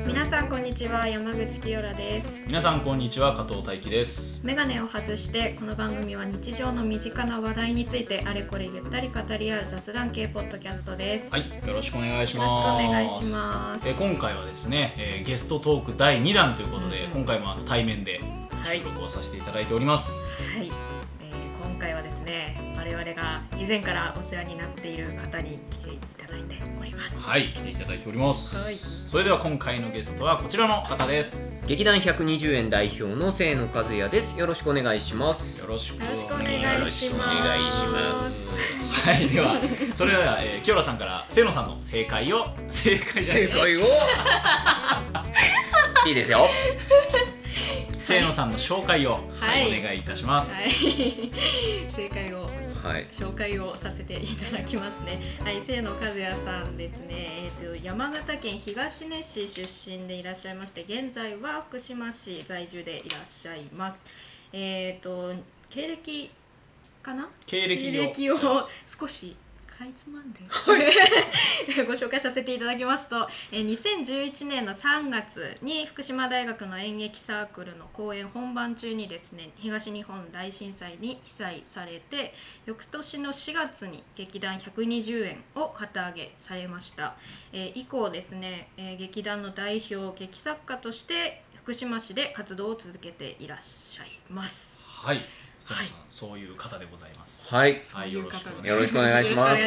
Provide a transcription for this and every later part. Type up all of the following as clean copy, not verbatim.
皆さんこんにちは、山口清良です。 皆さんこんにちは、加藤大輝です。 メガネを外してこの番組は日常の身近な話題についてあれこれゆったり語り合う雑談系ポッドキャストです。 はい、よろしくお願いします。 よろしくお願いします。 今回はですね、ゲストトーク第2弾ということで、今回も対面で収録をさせていただいております。 はい、今回はですね、我々が以前からお世話になっている方に来ていただいております。 はい、来ていただいております。 はい、 それでは今回のゲストはこちらの方です。 劇団120円代表の清野和也です。よろしくお願いします。 よろしくお願いします。はい、ではそれでは、清良さんから清野さんの正解をいいですよ。 清野さんの紹介を、はい、お願いいたします。 はい、正解を、紹介をさせていただきますね。はい、清野和也さんですね。山形県東根市出身でいらっしゃいまして、現在は福島市在住でいらっしゃいます。経歴かな？経歴を少しかいつまんで、ご紹介させていただきますと、2011年の3月に福島大学の演劇サークルの公演本番中にですね、東日本大震災に被災されて、翌年の4月に劇団120円を旗揚げされました。以降ですね、劇団の代表劇作家として福島市で活動を続けていらっしゃいます。 はい、そういう方でございます。 はい、 よろしくお願いします。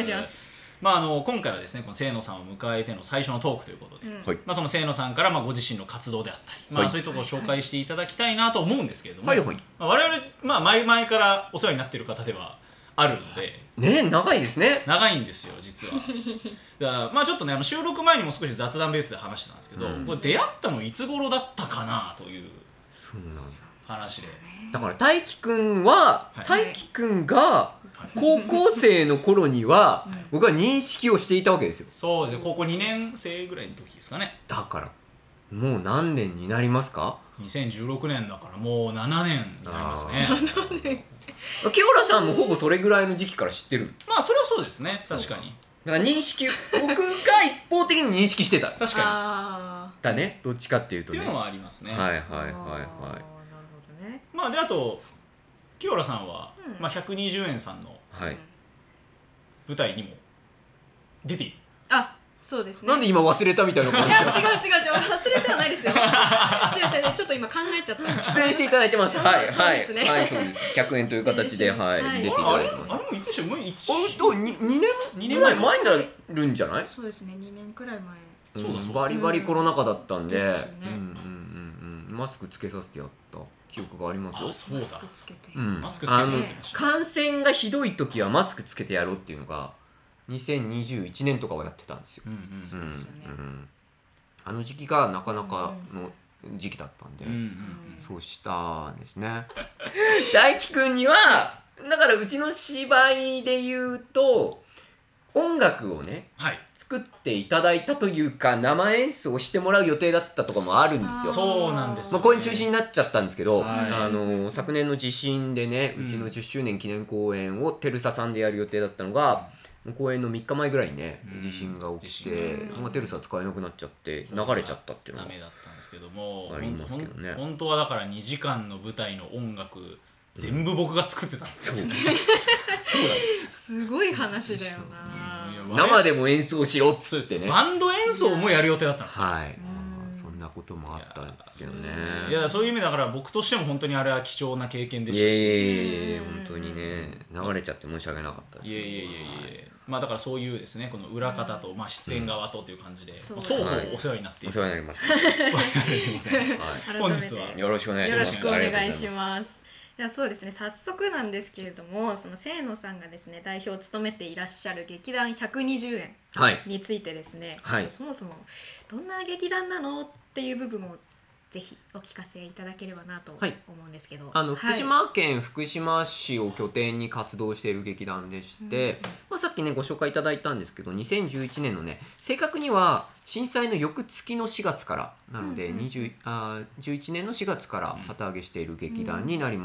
今回はですね、この清野さんを迎えての最初のトークということで、その清野さんからご自身の活動であったり、そういうところを紹介していただきたいなと思うんですけれども、我々、前々からお世話になっている方ではあるので、 ね、長いですね。 長いんですよ、実は。だからちょっとね、収録前にも少し雑談ベースで話してたんですけど、これ出会ったのいつ頃だったかなという話で。 だから大輝くんが高校生の頃には僕は認識をしていたわけですよ。 そうですね、高校2年生ぐらいの時ですかね。 だからもう何年になりますか ？2016年だからもう7年になりますね。 清良さんもほぼそれぐらいの時期から知ってる。 それはそうですね、確かに。 だから認識、僕が一方的に認識してた。 確かにだね、どっちかっていうとねっていうのはありますね。 はい。 で、あと清良さんは、120円さんの舞台にも出ている。 そうですね。 なんで今忘れたみたいな感じ？ いや違う忘れてはないですよ。違うちょっと今考えちゃった。 出演していただいてます。はいそうです。 100円という形で出ていただいてます。 あれもいつでしょう？もう 2年ぐらい前になるんじゃない？ そうですね、2年くらい前。 そうだ、バリバリコロナ禍だったんで、マスクつけさせてやった記憶がありますよ。 そうだ。 マスクつけて。 感染がひどい時はマスクつけてやろうっていうのが2021年とかはやってたんですよ。あの時期がなかなかの時期だったんで、そうしたんですね。大輝くんにはだからうちの芝居で言うと音楽をね、作っていただいたというか生演奏してもらう予定だったとかもあるんですよ。 そうなんですよ、 これ中止になっちゃったんですけど、昨年の地震でね、うちの10周年記念公演をテルサさんでやる予定だったのが、公演の3日前ぐらいにね、地震が起きて、テルサ使えなくなっちゃって流れちゃったっていうのがダメだったんですけども、 ありますけどね。 本当はだから2時間の舞台の音楽全部僕が作ってたんですよ。 すごい話だよな。 生でも演奏しろっつってね。 バンド演奏もやる予定だったんですよ。 そんなこともあったんですよね。 いや、そういう意味だから僕としても本当にあれは貴重な経験でしたし、本当にね、流れちゃって申し訳なかったですけど。 だからそういうですね、この裏方と出演側とという感じで双方お世話になっている。 お世話になりました。 本日はよろしくお願いします。 よろしくお願いします。ではそうですね、早速なんですけれども、その清野さんがですね代表を務めていらっしゃる劇団120円についてですね、そもそもどんな劇団なのっていう部分をぜひお聞かせいただければなと思うんですけど、 福島県福島市を拠点に活動している劇団でして、さっきねご紹介いただいたんですけど、2011年のね、正確には震災の翌月の4月からなので、11年の4月から旗揚げしている劇団になります。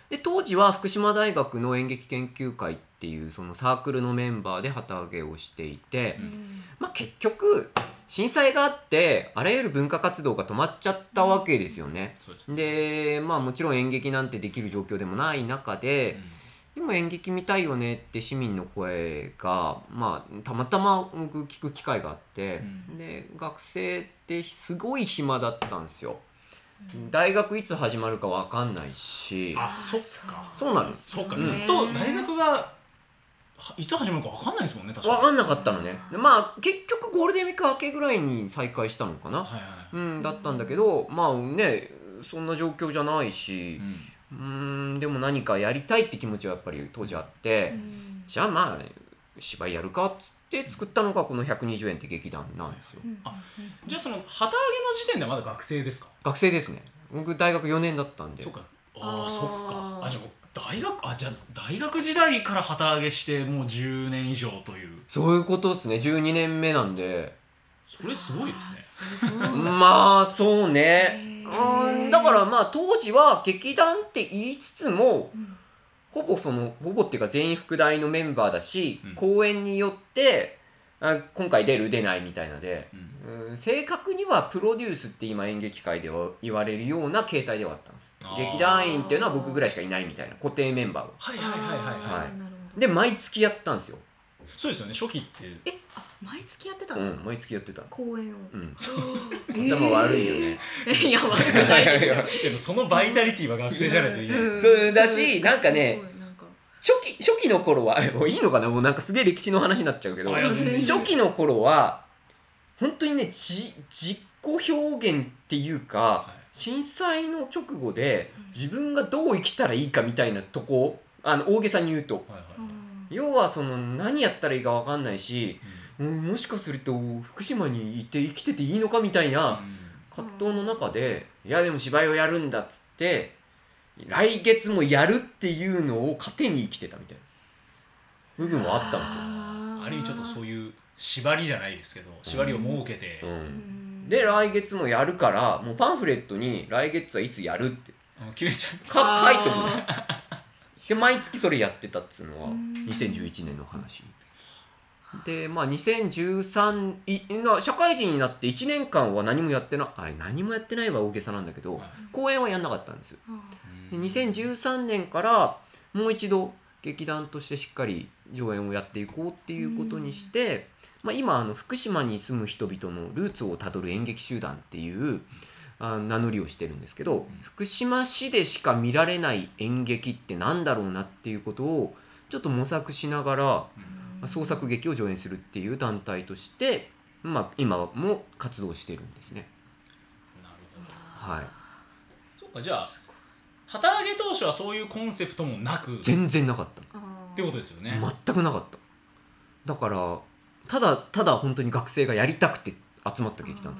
で当時は福島大学の演劇研究会っていうそのサークルのメンバーで旗揚げをしていて、結局震災があってあらゆる文化活動が止まっちゃったわけですよね。でもちろん演劇なんてできる状況でもない中で、でも演劇見たいよねって市民の声が、たまたま僕聞く機会があって、で学生ってすごい暇だったんですよ。大学いつ始まるか分かんないし。 そっか。 そうなんです。 そっか、ずっと大学がいつ始まるか分かんないですもんね。確かに分かんなかったのね。結局ゴールデンウィーク明けぐらいに再開したのかな、だったんだけど、そんな状況じゃないし、でも何かやりたいって気持ちはやっぱり当時あって、じゃあ芝居やるかっつって作ったのがこの120円って劇団なんですよ。 じゃあその旗揚げの時点ではまだ学生ですか？ 学生ですね。僕大学4年だったんで。 そっか。じゃあ大学時代から旗揚げしてもう10年以上という。 そういうことですね。12年目なんで。 それすごいですね。 そうね。だから当時は劇団って言いつつも、ほぼっていうか全員副大のメンバーだし、公演によって今回出る出ないみたいなで、正確にはプロデュースって今演劇界では言われるような形態ではあったんです。劇団員っていうのは僕ぐらいしかいないみたいな固定メンバーを。で毎月やったんですよ。 そうですよね。初期って毎月やってたんですか？ 毎月やってた。 公演を。 頭悪いよね。 いや悪くないですよ。 でもそのバイタリティは学生じゃないといけないです。 そうだし、なんかね、初期の頃はもういいのかな、もうなんかすげえ歴史の話になっちゃうけど、初期の頃は本当にね、自己表現っていうか、震災の直後で自分がどう生きたらいいかみたいなとこ、大げさに言うと、要は何やったらいいか分かんないし、もしかすると福島にいて生きてていいのかみたいな葛藤の中で、いやでも芝居をやるんだっつって来月もやるっていうのを糧に生きてたみたいな部分はあったんですよ。 ある意味ちょっとそういう縛りじゃないですけど、縛りを設けて、 で来月もやるからもうパンフレットに来月はいつやるって決めちゃう書いてもで毎月それやってたっていうのは2011年の話で、2013社会人になって1年間は何もやってないは大げさなんだけど、公演はやんなかったんですよ。で2013年からもう一度劇団としてしっかり上演をやっていこうっていうことにして、今福島に住む人々のルーツをたどる演劇集団っていう名乗りをしてるんですけど、福島市でしか見られない演劇ってなんだろうなっていうことをちょっと模索しながら創作劇を上演するっていう団体として、今も活動してるんですね。 なるほど。 はい。 そっか、じゃあ旗揚げ当初はそういうコンセプトもなく、 全然なかったってことですよね。 全くなかった。だからただ本当に学生がやりたくて集まった劇団だった。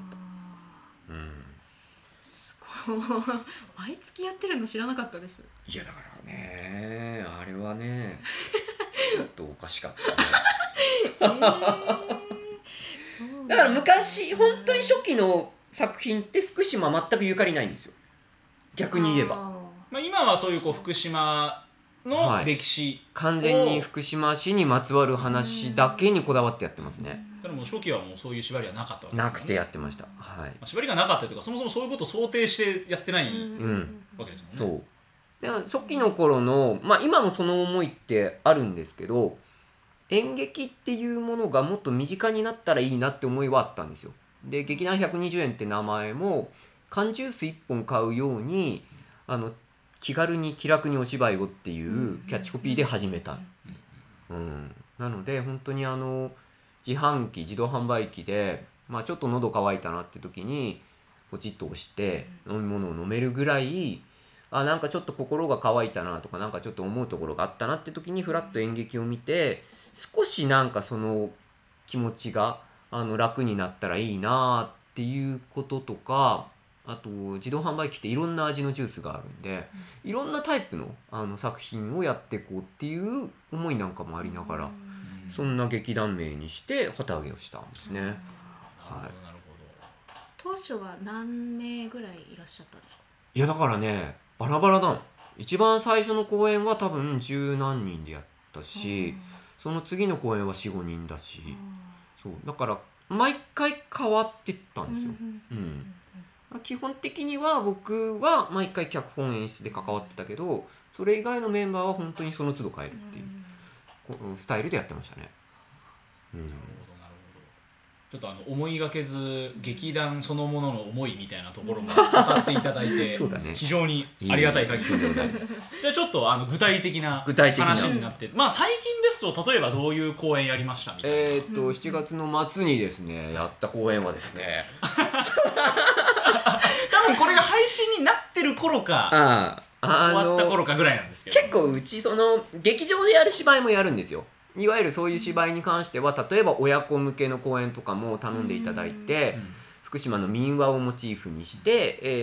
すごい。毎月やってるの知らなかったです。 いやだからね、あれはねちょっとおかしかったね。だから昔本当に初期の作品って福島全くゆかりないんですよ、逆に言えば。 今はそういう福島の歴史、 完全に福島市にまつわる話だけにこだわってやってますね。 だからもう初期はもうそういう縛りはなかったわけですよね。 なくてやってました。 縛りがなかったというか、そもそもそういうことを想定してやってないわけですもんね。 そう。初期の頃の今もその思いってあるんですけど、演劇っていうものがもっと身近になったらいいなって思いはあったんですよ。で劇団120円って名前も缶ジュース1本買うように気軽に気楽にお芝居をっていうキャッチコピーで始めた。なので本当に自販機自動販売機で、ちょっと喉乾いたなって時にポチッと押して飲み物を飲めるぐらい、なんかちょっと心が乾いたなとか、なんかちょっと思うところがあったなって時にフラッと演劇を見て、少しなんかその気持ちが楽になったらいいなっていうこととか、あと自動販売機っていろんな味のジュースがあるんで、いろんなタイプの作品をやっていこうっていう思いなんかもありながら、そんな劇団名にして旗揚げをしたんですね。 当初は何名ぐらいいらっしゃったんですか？ いやだからねバラバラなの。 一番最初の公演は多分十何人でやったし、その次の公演は 4,5 人だし、そうだから毎回変わってったんですよ。基本的には僕は毎回脚本演出で関わってたけど、それ以外のメンバーは本当にその都度変えるっていうスタイルでやってましたね。 なるほど。ちょっと思いがけず劇団そのものの思いみたいなところも語っていただいて非常にありがたい限りですね。じゃあちょっと具体的な話になって、まあ最近ですと例えばどういう公演やりましたみたいな。 7月の末にですねやった公演はですね多分これが配信になってる頃か終わった頃かぐらいなんですけど、 結構うちその劇場でやる芝居もやるんですよ。いわゆるそういう芝居に関しては例えば親子向けの公演とかも頼んでいただいて、福島の民話をモチーフにして、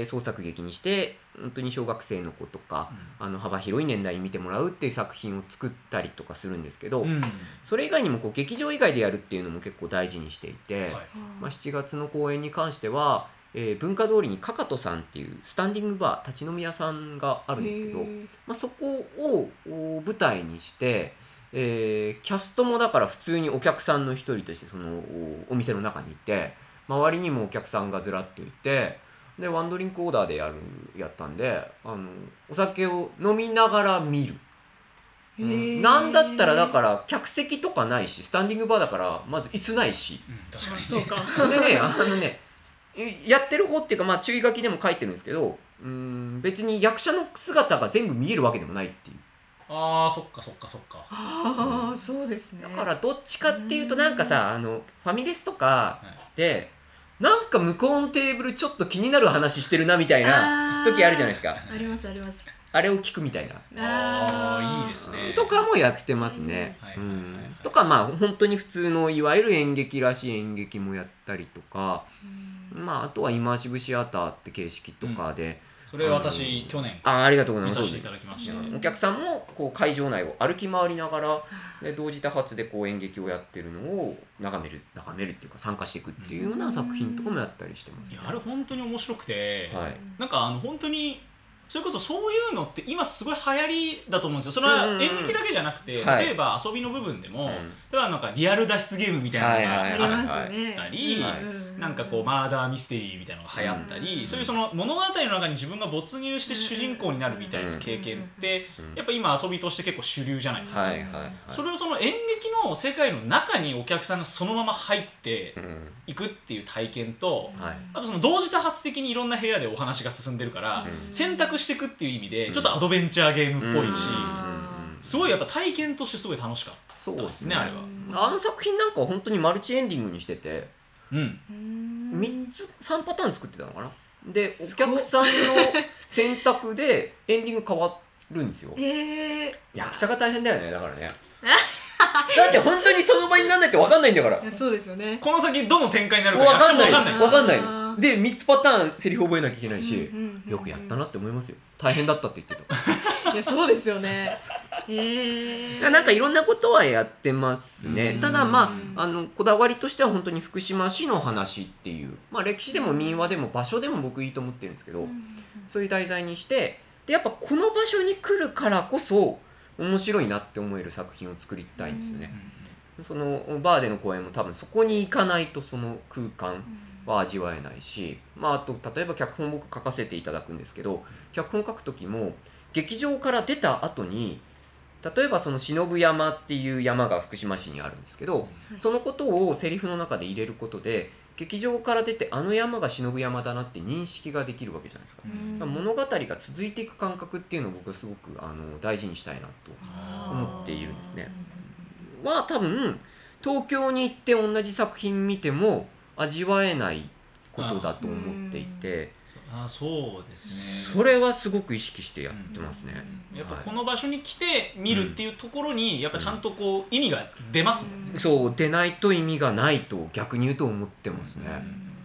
創作劇にして本当に小学生の子とか、幅広い年代に見てもらうっていう作品を作ったりとかするんですけど、それ以外にもこう劇場以外でやるっていうのも結構大事にしていて、7月の公演に関しては、文化通りにかかとさんっていうスタンディングバー立ち飲み屋さんがあるんですけど、そこを舞台にしてキャストもだから普通にお客さんの一人としてそのお店の中にいて、周りにもお客さんがずらっといて、でワンドリンクオーダーでやったんでお酒を飲みながら見る。なんだったらだから客席とかないしスタンディングバーだからまず椅子ないし、 確かにそうかでねやってる方っていうか、注意書きでも書いてるんですけど、別に役者の姿が全部見えるわけでもないっていう。 そっかそうですね。 だからどっちかっていうとなんかさファミレスとかで、なんか向こうのテーブルちょっと気になる話してるなみたいな時あるじゃないですか。 ありますあります。 あれを聞くみたいな。 いいですね。 とかもやってますね。とか本当に普通のいわゆる演劇らしい演劇もやったりとか、あとはイマーシブシアターって形式とかで、 それ私去年ありがとうございます。 見させていただきました。 お客さんもこう会場内を歩き回りながらで同時多発でこう演劇をやってるのを眺めるっていうか参加していくっていうような作品とかもやったりしてます、ね。 あれ本当に面白くて、なんか本当にそれこそそういうのって今すごい流行りだと思うんですよ。それは演劇だけじゃなくて、例えば遊びの部分でも、例えばなんかリアル脱出ゲームみたいなのがあったり、なんかこうマーダーミステリーみたいなのが流行ったり、そういうその物語の中に自分が没入して主人公になるみたいな経験ってやっぱ今遊びとして結構主流じゃないですか。それをその演劇の世界の中にお客さんがそのまま入っていくっていう体験と、あとその同時多発的にいろんな部屋でお話が進んでるから選択していくっていう意味でちょっとアドベンチャーゲームっぽいし、すごいやっぱ体験としてすごい楽しかったですね。あれはあの作品なんかは本当にマルチエンディングにしてて、3パターン作ってたのかな。でお客さんの選択でエンディング変わるんですよ。役者が大変だよね。だからねだって本当にその場にならないと分かんないんだから。 そうですよね。 この先どの展開になるか分かんないので3つパターンセリフ覚えなきゃいけないし、よくやったなって思いますよ。大変だったって言ってた。いやそうですよね。 なんかいろんなことはやってますね。ただこだわりとしては本当に福島市の話っていう、歴史でも民話でも場所でも僕いいと思ってるんですけど、そういう題材にしてでやっぱこの場所に来るからこそ面白いなって思える作品を作りたいんですよね。そのバーでの公演も多分そこに行かないとその空間は味わえないし、あと例えば脚本僕書かせていただくんですけど、脚本書く時も劇場から出た後に例えばその忍山っていう山が福島市にあるんですけど、そのことをセリフの中で入れることで劇場から出てあの山が忍山だなって認識ができるわけじゃないですか。物語が続いていく感覚っていうのを僕はすごく大事にしたいなと思っているんですね。多分東京に行って同じ作品見ても味わえないことだと思っていて、 そうですね。 それはすごく意識してやってますね。 やっぱこの場所に来て見るっていうところにやっぱちゃんとこう意味が出ますもんね。 そう出ないと意味がないと逆に言うと思ってますね。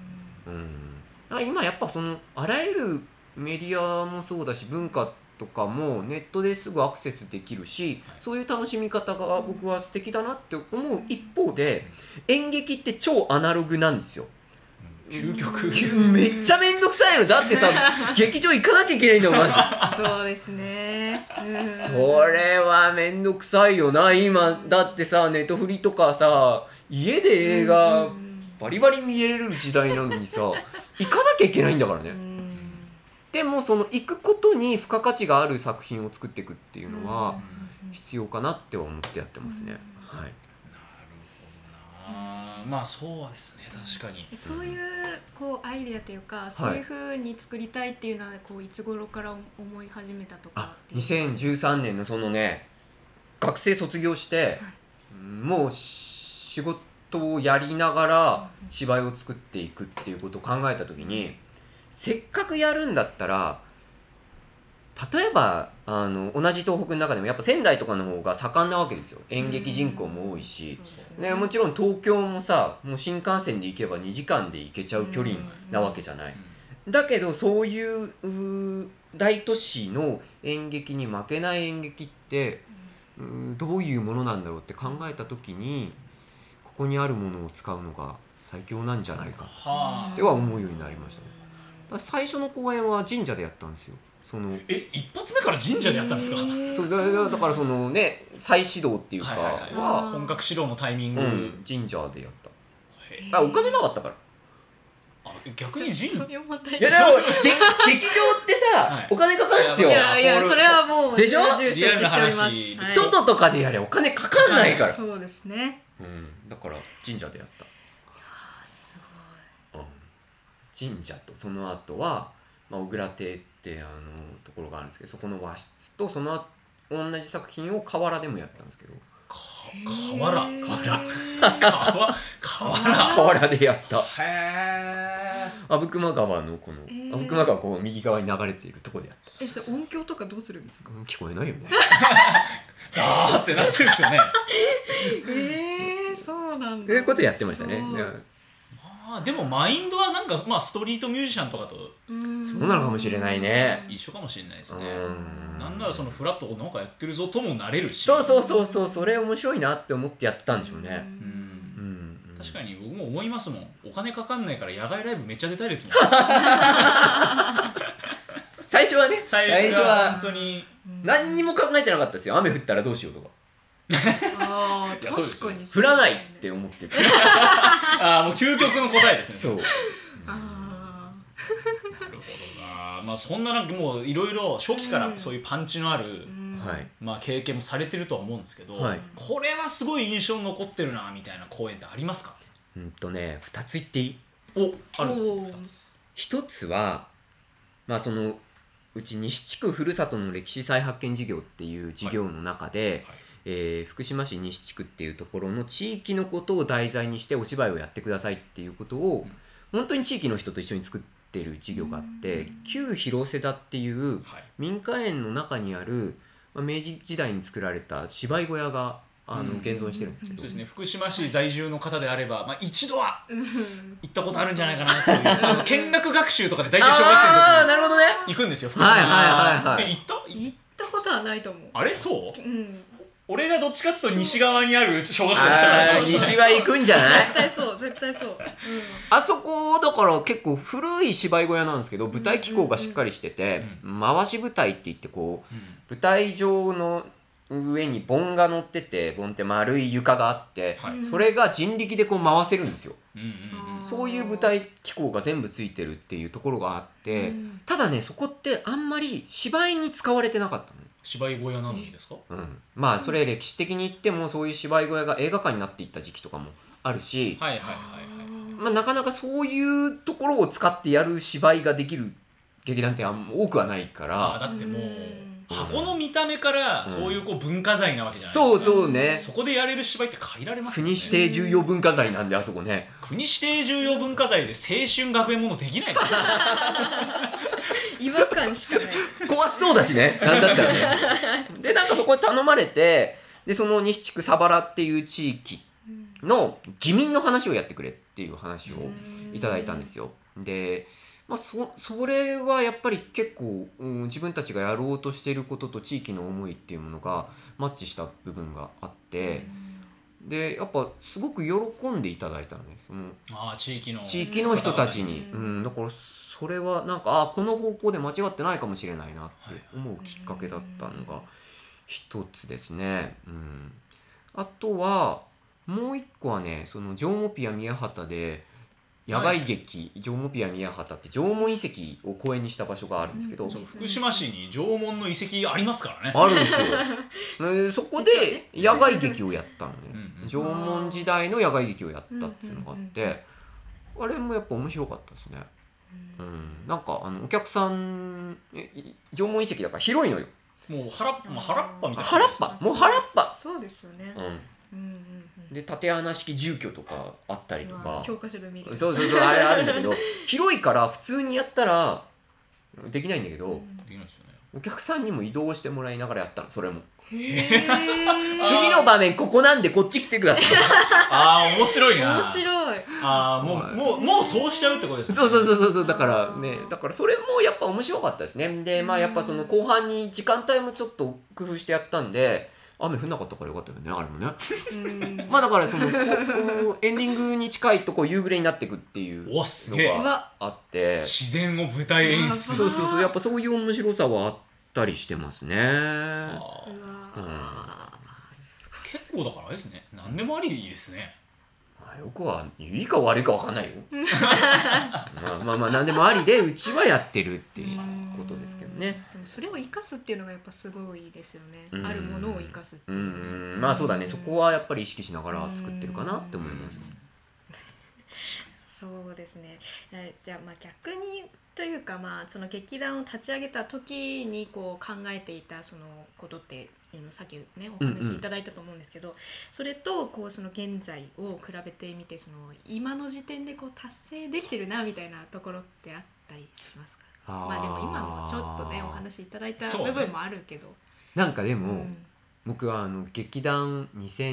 今やっぱそのあらゆるメディアもそうだし文化とかもネットですぐアクセスできるし、そういう楽しみ方が僕は素敵だなって思う一方で、演劇って超アナログなんですよ。 究極めっちゃめんどくさいのだってさ劇場行かなきゃいけないんだよまずそうですね、 それはめんどくさいよな今だってさネットフリとかさ家で映画バリバリ見れる時代なのにさ行かなきゃいけないんだからね。でもその行くことに付加価値がある作品を作っていくっていうのは必要かなって思ってやってますね。はい。 まあそうですね、確かにそういうこうアイデアというかそういう風に作りたいっていうのはこういつ頃から思い始めたとかっていう。 2013年のそのね学生卒業して、もう仕事をやりながら芝居を作っていくっていうことを考えた時に、せっかくやるんだったら例えば同じ東北の中でもやっぱ仙台とかの方が盛んなわけですよ。演劇人口も多いし、ね、もちろん東京もさもう新幹線で行けば2時間で行けちゃう距離なわけじゃない。だけどそういう大都市の演劇に負けない演劇ってどういうものなんだろうって考えた時にここにあるものを使うのが最強なんじゃないかっては思うようになりましたね。最初の公演は神社でやったんですよ。 一発目から神社でやったんですか？ そうだからそのね再始動っていうかは本格始動のタイミング、 神社でやった。お金なかったから。 逆に神社いやでも劇場ってさ、お金かかるんですよ。 いやそれはもうでしょ？ リアルな話、 外とかでやればお金かかんないから。 そうですね。 だから神社でやった。 すごい。 神社とその後は小倉亭ってところがあるんですけど、そこの和室とその同じ作品を河原でもやったんですけど。 河原でやった。阿武隈川のこの阿武隈川こう右側に流れているところでやった。 それ音響とかどうするんですか？ 聞こえないよね。 ザーってなってるんですよね。 そうなんだ。 ということやってましたね。 でもマインドはなんかストリートミュージシャンとかとそうなのかもしれないね。 一緒かもしれないですね。なんならそのフラットなんかやってるぞともなれるし。 そうそれ面白いなって思ってやってたんでしょうね。 確かに僕も思いますもん。お金かかんないから野外ライブめっちゃ出たいですもん。 最初はね。 最初は本当に何にも考えてなかったですよ。雨降ったらどうしようとか。 確かに降らないって思ってる。 もう究極の答えですね。 そう。 なるほどな。そんなもういろいろ初期からそういうパンチのある経験もされてるとは思うんですけど、これはすごい印象に残ってるなみたいな公演ってありますか ？2つ言っていい？ あるんです 2つ。1つはそのうち西地区ふるさとの歴史再発見事業っていう事業の中で、福島市西地区っていうところの地域のことを題材にしてお芝居をやってくださいっていうことを本当に地域の人と一緒に作ってる事業があって、旧広瀬座っていう民家園の中にある明治時代に作られた芝居小屋が現存してるんですけど、 そうですね、福島市在住の方であれば、一度は行ったことあるんじゃないかなっていう見学学習とかで大体小学生の時に行くんですよ、福島に。 行ったことはないと思う。 あれそう？俺がどっちかっていうと西側にある小学校だったから西は行くんじゃない？ 絶対そう、 あそこだから結構古い芝居小屋なんですけど、舞台機構がしっかりしてて、回し舞台って言ってこう、舞台上の上に盆が乗ってて、盆って丸い床があって、それが人力でこう回せるんですよ。そういう舞台機構が全部ついてるっていうところがあって、ただねそこってあんまり芝居に使われてなかったの。 芝居小屋なのにですか？ それ歴史的に言ってもそういう芝居小屋が映画館になっていった時期とかもあるし、なかなかそういうところを使ってやる芝居ができる劇団って多くはないから。 だってもう箱の見た目からそういう文化財なわけじゃないですか。そうね。 そこでやれる芝居って限られますよね。 国指定重要文化財なんであそこね。 国指定重要文化財で青春学園ものできないから違和感しかない。 怖そうだしね。なんだったらね。でなんかそこで頼まれて、でその西地区佐原っていう地域の義民の話をやってくれっていう話をいただいたんですよ。で。それはやっぱり結構、自分たちがやろうとしていることと地域の思いっていうものがマッチした部分があって、 でやっぱすごく喜んでいただいたのね、その地域の人たちに、だからそれはなんかこの方向で間違ってないかもしれないなって思うきっかけだったのが一つですね。あとはもう一個はね、その縄文ピア宮畑で野外劇、縄文ピア宮畑って縄文遺跡を公園にした場所があるんですけど、 福島市に縄文の遺跡ありますからね。 あるんですよそこで野外劇をやったのね縄文時代の野外劇をやったっていうのがあって、あれもやっぱ面白かったですね。なんかお客さん縄文遺跡だから広いのよ。 もう原っぱみたいな、 もう原っぱそうですよね。 で縦穴式住居とかあったりとか、 教科書で見る。 そうあれあるんだけど広いから普通にやったらできないんだけど、 できないですよね。 お客さんにも移動してもらいながらやったの、それも。 次の場面ここなんでこっち来てください。 面白いな。 面白い。 もうそうしちゃうってことですね。 そうだからね、だからそれもやっぱ面白かったですね。でやっぱその後半に時間帯もちょっと工夫してやったんで、雨降んなかったからよかったよね、あれもね。だからそのエンディングに近いと夕暮れになっていくっていうのがあって、 自然を舞台演出。 そうやっぱそういう面白さはあったりしてますね。 結構だからあれですね、何でもありですね。 よくはいいか悪いか分かんないよ。何でもありでうちはやってるっていうことですけどね。 でもそれを生かすっていうのがやっぱすごいですよね。あるものを生かすっていう。 そうだね、そこはやっぱり意識しながら作ってるかなって思います。 そうですね。じゃあ逆にというかその劇団を立ち上げた時に考えていたそのことってさっきねお話しいただいたと思うんですけど、それとその現在を比べてみて、その今の時点で達成できてるなみたいなところってあったりしますか？でも今もちょっとねお話しいただいた部分もあるけど、 なんかでも、僕は劇団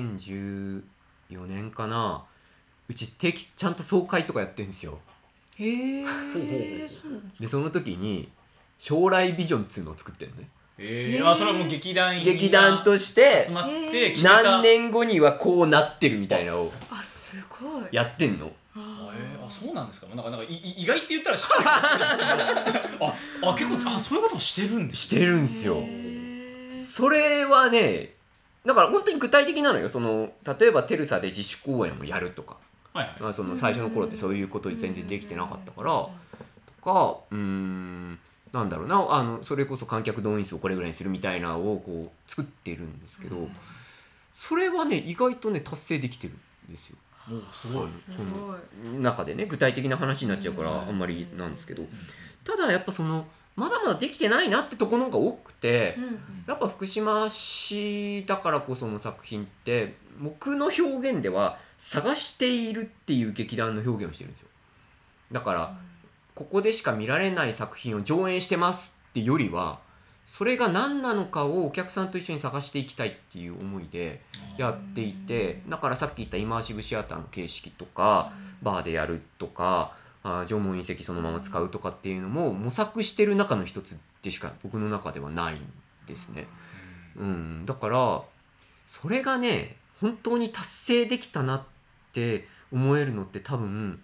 2014年かな、うちちゃんと総会とかやってるんですよ。 へえ。 でその時に将来ビジョンっていうのを作ってるのね。 それはもう劇団として集まって何年後にはこうなってるみたいなのをすごいやってんの。 そうなんですか。なんか意外って言ったら失礼かもしれないですけど結構そういうことをしてるんですよ。それはね、だから本当に具体的なのよ。例えばテルサで自主公演をやるとか、その最初の頃ってそういうこと全然できてなかったからとか、なんだろうな、それこそ観客動員数をこれぐらいにするみたいなのを作ってるんですけど、それはね意外とね達成できてるんですよ。 すごい。 その中でね具体的な話になっちゃうからあんまりなんですけど、ただやっぱまだまだできてないなってところが多くて、やっぱ福島市だからこその作品って僕の表現では探しているっていう劇団の表現をしてるんですよ。だからここでしか見られない作品を上演してますってよりは、それが何なのかをお客さんと一緒に探していきたいっていう思いでやっていて、だからさっき言ったイマーシブシアターの形式とかバーでやるとか縄文遺跡そのまま使うとかっていうのも模索してる中の一つでしか僕の中ではないんですね。だからそれがね本当に達成できたなって思えるのって多分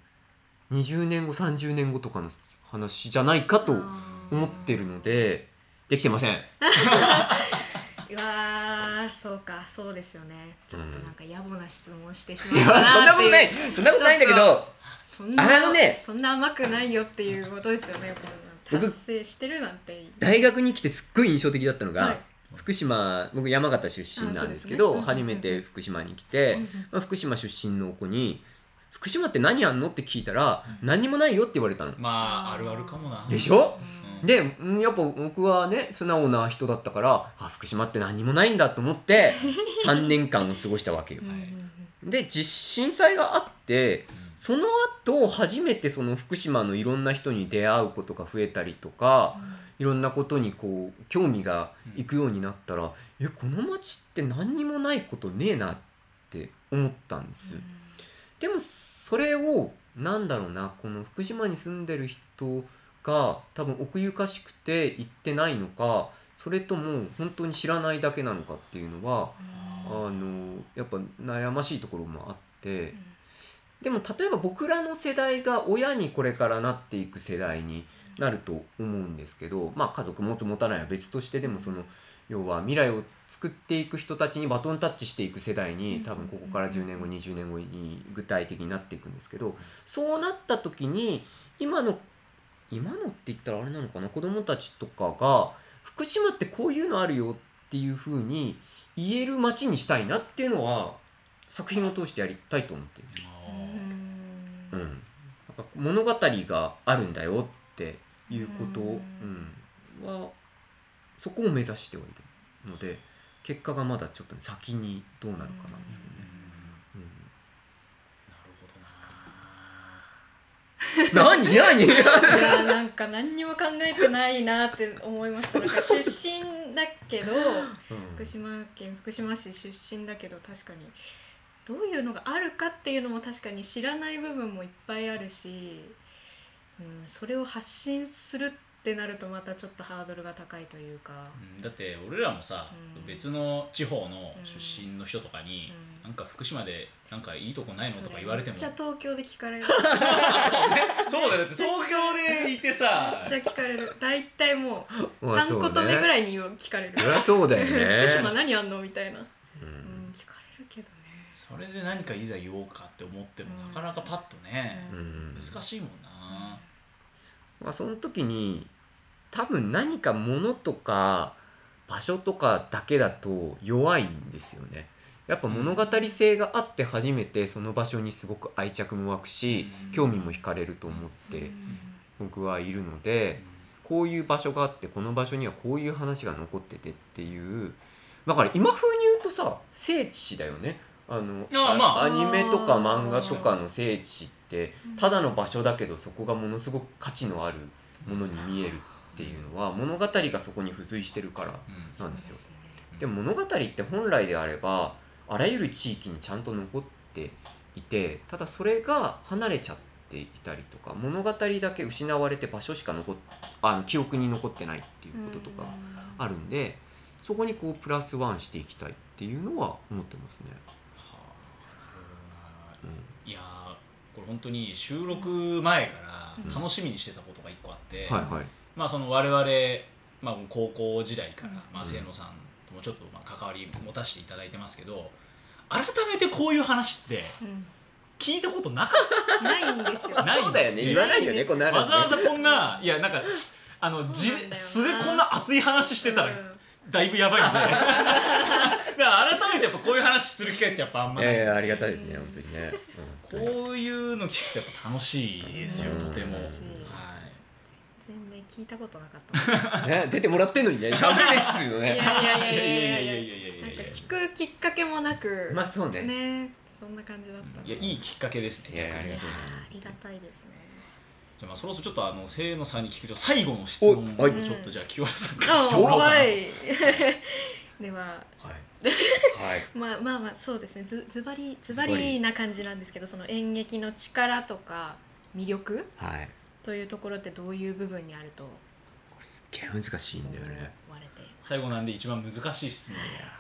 20年後30年後とかの話じゃないかと思ってるので、できてません。 うわそうですよね。ちょっとなんか野暮な質問をしてしまうかなっていう。 そんなことないんだけど、 そんな甘くないよっていうことですよね。達成してるなんて。 大学に来てすっごい印象的だったのが、福島、僕山形出身なんですけど、初めて福島に来て、福島出身の子に福島って何やんのって聞いたら、何もないよって言われたの。 あるあるかもな。 でしょ？でやっぱ僕はね素直な人だったから、福島って何もないんだと思って3年間を過ごしたわけよ。で震災があって、その後初めてその福島のいろんな人に出会うことが増えたりとか、いろんなことに興味がいくようになったら、この町って何にもないことねえなって思ったんです。でもそれをなんだろうな、この福島に住んでる人が多分奥ゆかしくて行ってないのか、 それとも本当に知らないだけなのかっていうのはやっぱ悩ましいところもあって、でも例えば僕らの世代が親にこれからなっていく世代になると思うんですけど、まあ家族持つ持たないは別として、でもその要は未来を作っていく人たちにバトンタッチしていく世代に多分ここから10年後20年後に具体的になっていくんですけど、そうなった時に今のって言ったらあれなのかな、子供たちとかが福島ってこういうのあるよっていう風に言える街にしたいなっていうのは作品を通してやりたいと思ってるんですよ。なんか物語があるんだよっていうことはそこを目指してはいるので、結果がまだちょっと先にどうなるかなんですけどね。何いやなんか何にも考えてないなって思いました。なんか出身だけど、福島県福島市出身だけど、確かにどういうのがあるかっていうのも確かに知らない部分もいっぱいあるし、それを発信するってなるとまたちょっとハードルが高いというか、 だって俺らもさ、別の地方の出身の人とかに、なんか福島でなんかいいとこないのとか言われても、 めっちゃ東京で聞かれるそうだよ、だって東京でいてさ、 めっちゃ聞かれる。大体もう3言目ぐらいに聞かれる。 そりゃそうだよね福島何あんのみたいな、聞かれるけどね。 それで何かいざ言おうかって思っても、なかなかパッとね、難しいもんな。 まあその時に多分何か物とか場所とかだけだと弱いんですよね。やっぱ物語性があって初めてその場所にすごく愛着も湧くし、興味も惹かれると思って僕はいるので、こういう場所があってこの場所にはこういう話が残っててっていう、だから今風に言うとさ、聖地だよね。アニメとか漫画とかの聖地ってただの場所だけど、そこがものすごく価値のあるものに見えるっていうのは物語がそこに付随してるからなんですよ。でも物語って本来であればあらゆる地域にちゃんと残っていて、ただそれが離れちゃっていたりとか、物語だけ失われて場所しか記憶に残ってないっていうこととかあるんで、そこにこうプラスワンしていきたいっていうのは思ってますね。 いやこれ本当に収録前から楽しみにしてたことが一個あって、まあその我々、高校時代から、清野さんともちょっと関わり持たせていただいてますけど、改めてこういう話って聞いたことなかった。 ないんですよ。 そうだよね、言わないよね、こんな話ね。 わざわざこんな、いやなんか素でこんな熱い話してたらだいぶやばいんでだから改めてやっぱこういう話する機会ってやっぱあんまり、 ありがたいですね、本当にね。 こういうの聞くとやっぱ楽しいですよ、とても。 全然聞いたことなかったね、出てもらってんのにね、喋れっつうのね。 いやなんか聞くきっかけもなく、 まあそうね。 そんな感じだった。 いや、いいきっかけですね。 いや、ありがとうございます。 ありがたいですね。 じゃあそろそろちょっと清野さんに聞く最後の質問をちょっとじゃあ清原さんからしてもらおうかな。 では、まあそうですね、ズバリな感じなんですけど、その演劇の力とか魅力というところってどういう部分にあると？ すっげえ難しいんだよね。 最後なんで一番難しい質問。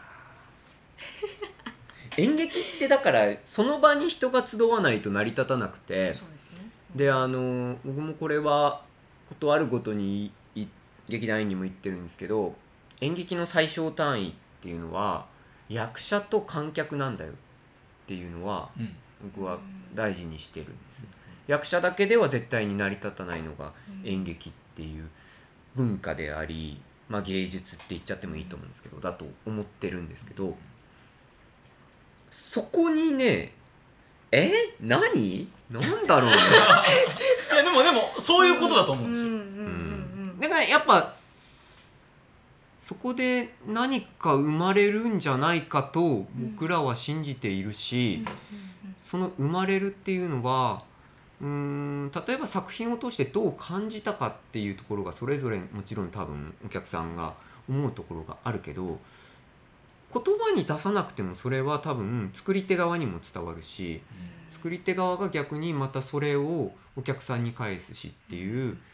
演劇ってだからその場に人が集わないと成り立たなくて、 そうですね。 で僕もこれはことあるごとに劇団員にも言ってるんですけど、演劇の最小単位っていうのは役者と観客なんだよっていうのは僕は大事にしてるんです。役者だけでは絶対に成り立たないのが演劇っていう文化であり、芸術って言っちゃってもいいと思うんですけど、だと思ってるんですけど、そこにね、なんだろうねいやでもそういうことだと思うんですよ。 だからやっぱそこで何か生まれるんじゃないかと僕らは信じているし、その生まれるっていうのは例えば作品を通してどう感じたかっていうところがそれぞれもちろん多分お客さんが思うところがあるけど、言葉に出さなくてもそれは多分作り手側にも伝わるし、作り手側が逆にまたそれをお客さんに返すしっていう、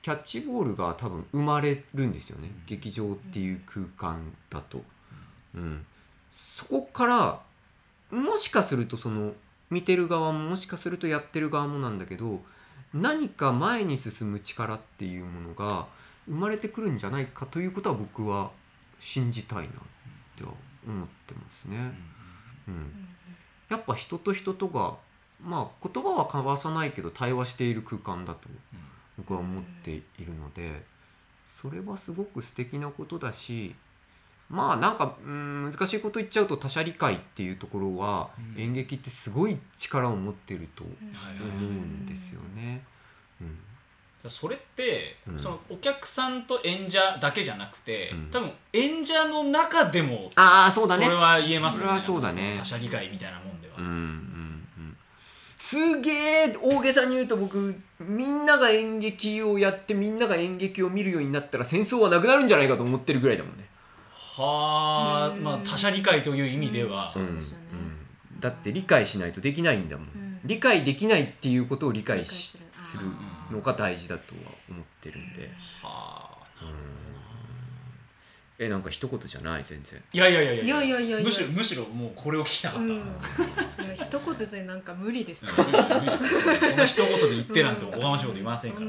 キャッチボールが多分生まれるんですよね、劇場っていう空間だと、そこからもしかするとその見てる側ももしかするとやってる側もなんだけど、何か前に進む力っていうものが生まれてくるんじゃないかということは僕は信じたいなっては思ってますね。やっぱ人と人とがまあ言葉は交わさないけど対話している空間だと僕は思っているので、それはすごく素敵なことだし、まあなんか難しいこと言っちゃうと他者理解っていうところは演劇ってすごい力を持ってると思うんですよね。 それって、そのお客さんと演者だけじゃなくて、多分演者の中でもそうだね、 それは言えますよね。 それはそうだね、 他者理解みたいなもんでは。 すげえ大げさに言うと、僕みんなが演劇をやってみんなが演劇を見るようになったら戦争はなくなるんじゃないかと思ってるぐらいだもんね。 はあ、まあ他者理解という意味では、 だって理解しないとできないんだもん、理解できないっていうことを理解するのが大事だとは思ってるんで。はあ、なるほどな。なんか一言じゃない全然。 いやむしろもうこれを聞きたかった。 いや一言でなんか無理ですよ。 そんな一言で言ってなんておこがましいこと言いませんから。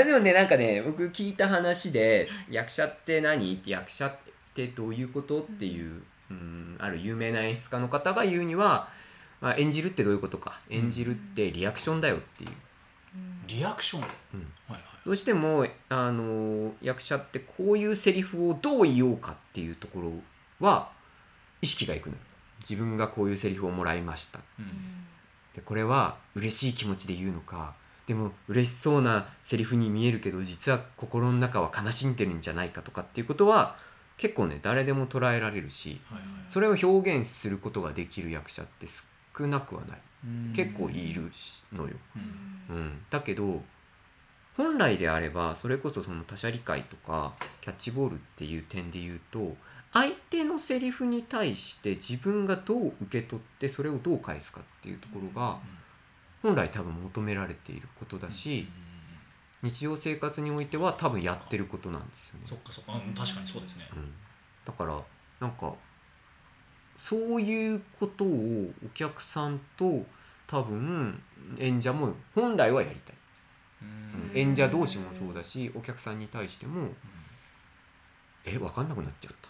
でもね、なんかね、僕聞いた話で役者って何って役者ってどういうことっていう、ある有名な演出家の方が言うには、演じるってどういうことか、演じるってリアクションだよっていう。 リアクション、 どうしても役者ってこういうセリフをどう言おうかっていうところは意識がいくの。自分がこういうセリフをもらいました、でこれは嬉しい気持ちで言うのか、でも嬉しそうなセリフに見えるけど実は心の中は悲しんでるんじゃないかとかっていうことは結構ね誰でも捉えられるし、それを表現することができる役者って少なくはない、結構いるのよ。だけど本来であればそれこそその他者理解とかキャッチボールっていう点で言うと、相手のセリフに対して自分がどう受け取ってそれをどう返すかっていうところが本来多分求められていることだし、日常生活においては多分やってることなんですよね。 そっか確かにそうですね。 だからなんかそういうことをお客さんと多分演者も本来はやりたい。演者同士もそうだしお客さんに対しても、分かんなくなっちゃった。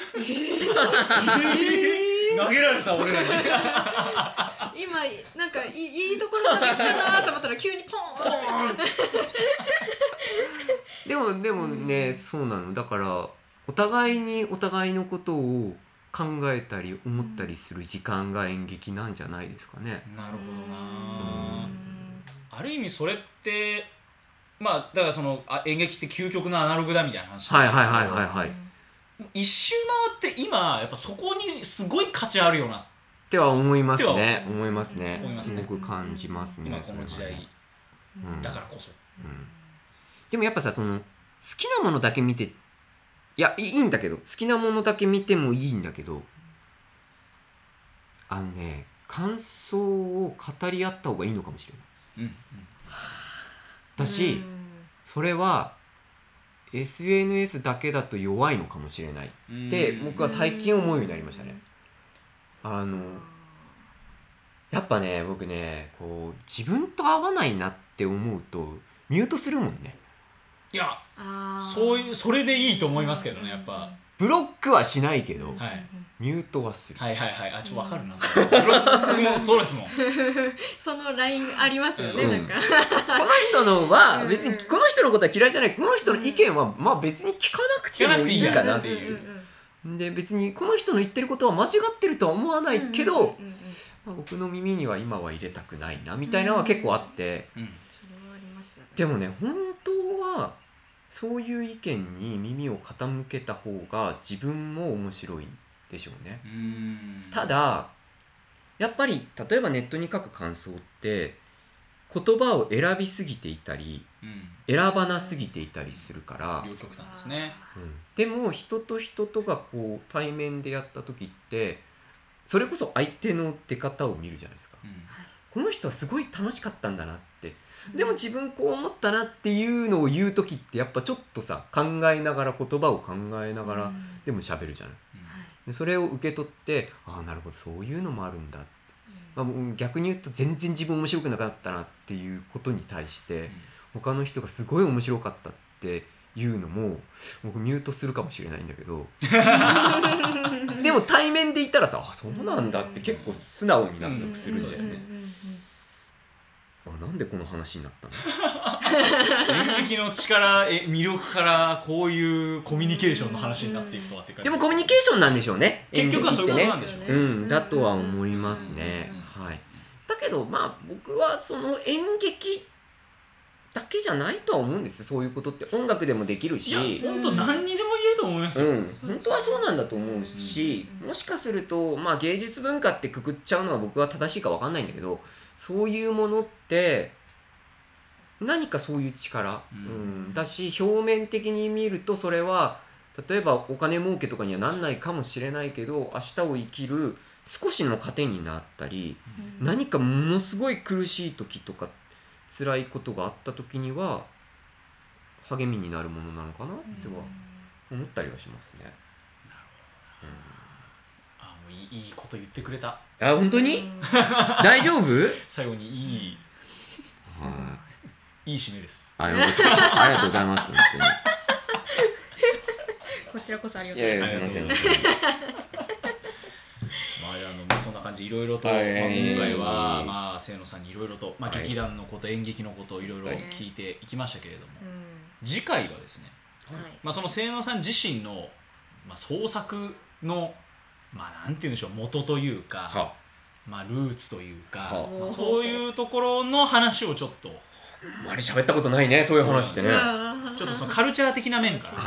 投げられた俺らに。 今なんかいいところまで来たなと思ったら急にポーン。でもね、そうなの。だからお互いにお互いのことを考えたり思ったりする時間が演劇なんじゃないですかね。 なるほどな。ある意味それってまあだからその演劇って究極のアナログだみたいな話ですけど、一周回って今やっぱそこにすごい価値あるよなっては思いますね。思いますね。すごく感じますね。 今この時代だからこそ。 でもやっぱさ、その好きなものだけ見て、いやいいんだけど、好きなものだけ見てもいいんだけど、感想を語り合った方がいいのかもしれない。だし、それは SNS だけだと弱いのかもしれないって僕は最近思うようになりましたね。やっぱね、僕ね、こう自分と合わないなって思うとミュートするもんね。 いや、それでいいと思いますけどね。やっぱブロックはしないけど、ミュートはする。 ちょっと分かるな。ブロックもそうですもん。 そのラインありますよね。なんかこの人のは別にこの人のことは嫌いじゃない。この人の意見はまあ別に聞かなくてもいいかなっていう。で別にこの人の言ってることは間違ってるとは思わないけど、僕の耳には今は入れたくないなみたいなのは結構あって。でもね、本当はそういう意見に耳を傾けた方が自分も面白いでしょうね。ただやっぱり例えばネットに書く感想って言葉を選びすぎていたり、選ばなすぎていたりするから両極端ですね。 でも人と人とがこう対面でやった時ってそれこそ相手の出方を見るじゃないですか。 この人はすごい楽しかったんだなって、でも自分こう思ったなっていうのを言う時ってやっぱちょっとさ考えながら言葉を考えながらでも喋るじゃない、でそれを受け取ってああなるほどそういうのもあるんだって、まあ、逆に言うと全然自分面白くなかったなっていうことに対して他の人がすごい面白かったっていうのも僕ミュートするかもしれないんだけどでも対面でいたらさあそうなんだって結構素直に納得するんですね。なんでこの話になったの演劇の力魅力からこういうコミュニケーションの話になっていくとはって感じでもコミュニケーションなんでしょうね、 結局はそういうことなんでしょうね、だとは思いますね、はい、だけどまあ僕はその演劇だけじゃないとは思うんです。そういうことって音楽でもできるし、 いや本当何にでも言えると思いますよ、 本当はそうなんだと思うし、もしかするとまあ芸術文化ってくくっちゃうのは僕は正しいか分かんないんだけど、そういうものって何かそういう力、だし表面的に見るとそれは例えばお金儲けとかにはなんないかもしれないけど明日を生きる少しの糧になったり、何かものすごい苦しい時とか辛いことがあった時には励みになるものなのかなっては思ったりはしますね。なるほど、あもういいこと言ってくれた。 あ本当に大丈夫？ 最後にいい締めです。 ありがとうございます。本当にこちらこそありがとうございます。 すいません。 そんな感じいろいろと、今回は、まあ、清野さんにいろいろと、まあ、劇団のこと、演劇のことをいろいろ聞いていきましたけれども、次回はですね、まあ、その清野さん自身の、まあ、創作の、まあ、なんて言うんでしょう元というか、まあ、ルーツというか、まあ、そういうところの話をちょっとあまり喋ったことないね、そういう話ってね。 ちょっとそのカルチャー的な面から、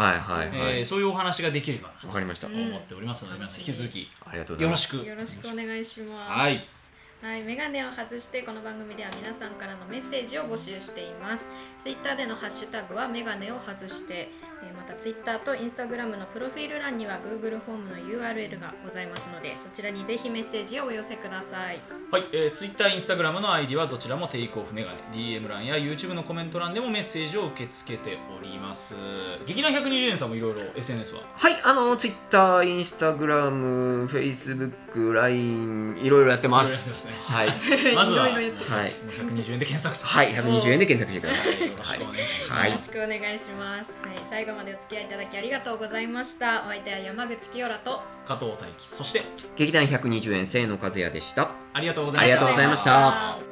そういうお話ができればなと思っておりますので、皆さん引き続きよろしくお願いします。 はいはい、メガネを外してこの番組では皆さんからのメッセージを募集しています。ツイッターでのハッシュタグはメガネを外して、またツイッターとインスタグラムのプロフィール欄には Google フォームの URL がございますので、そちらにぜひメッセージをお寄せください。 はい、ツイッター、インスタグラムの ID はどちらもテイクオフメガネ、 DM 欄や YouTube のコメント欄でもメッセージを受け付けております。劇団120円さんもいろいろ SNS ははい、ツイッター、インスタグラム、フェイスブック、LINE いろいろやってます。はい、 まずは、 はい、 120円で検索と。 はい、120円で検索してください。 よろしくお願いします。 よろしくお願いします。はい、最後までお付き合いいただきありがとうございました。お相手は山口清良と加藤大輝、そして劇団120円清野和也でした。 ありがとうございました。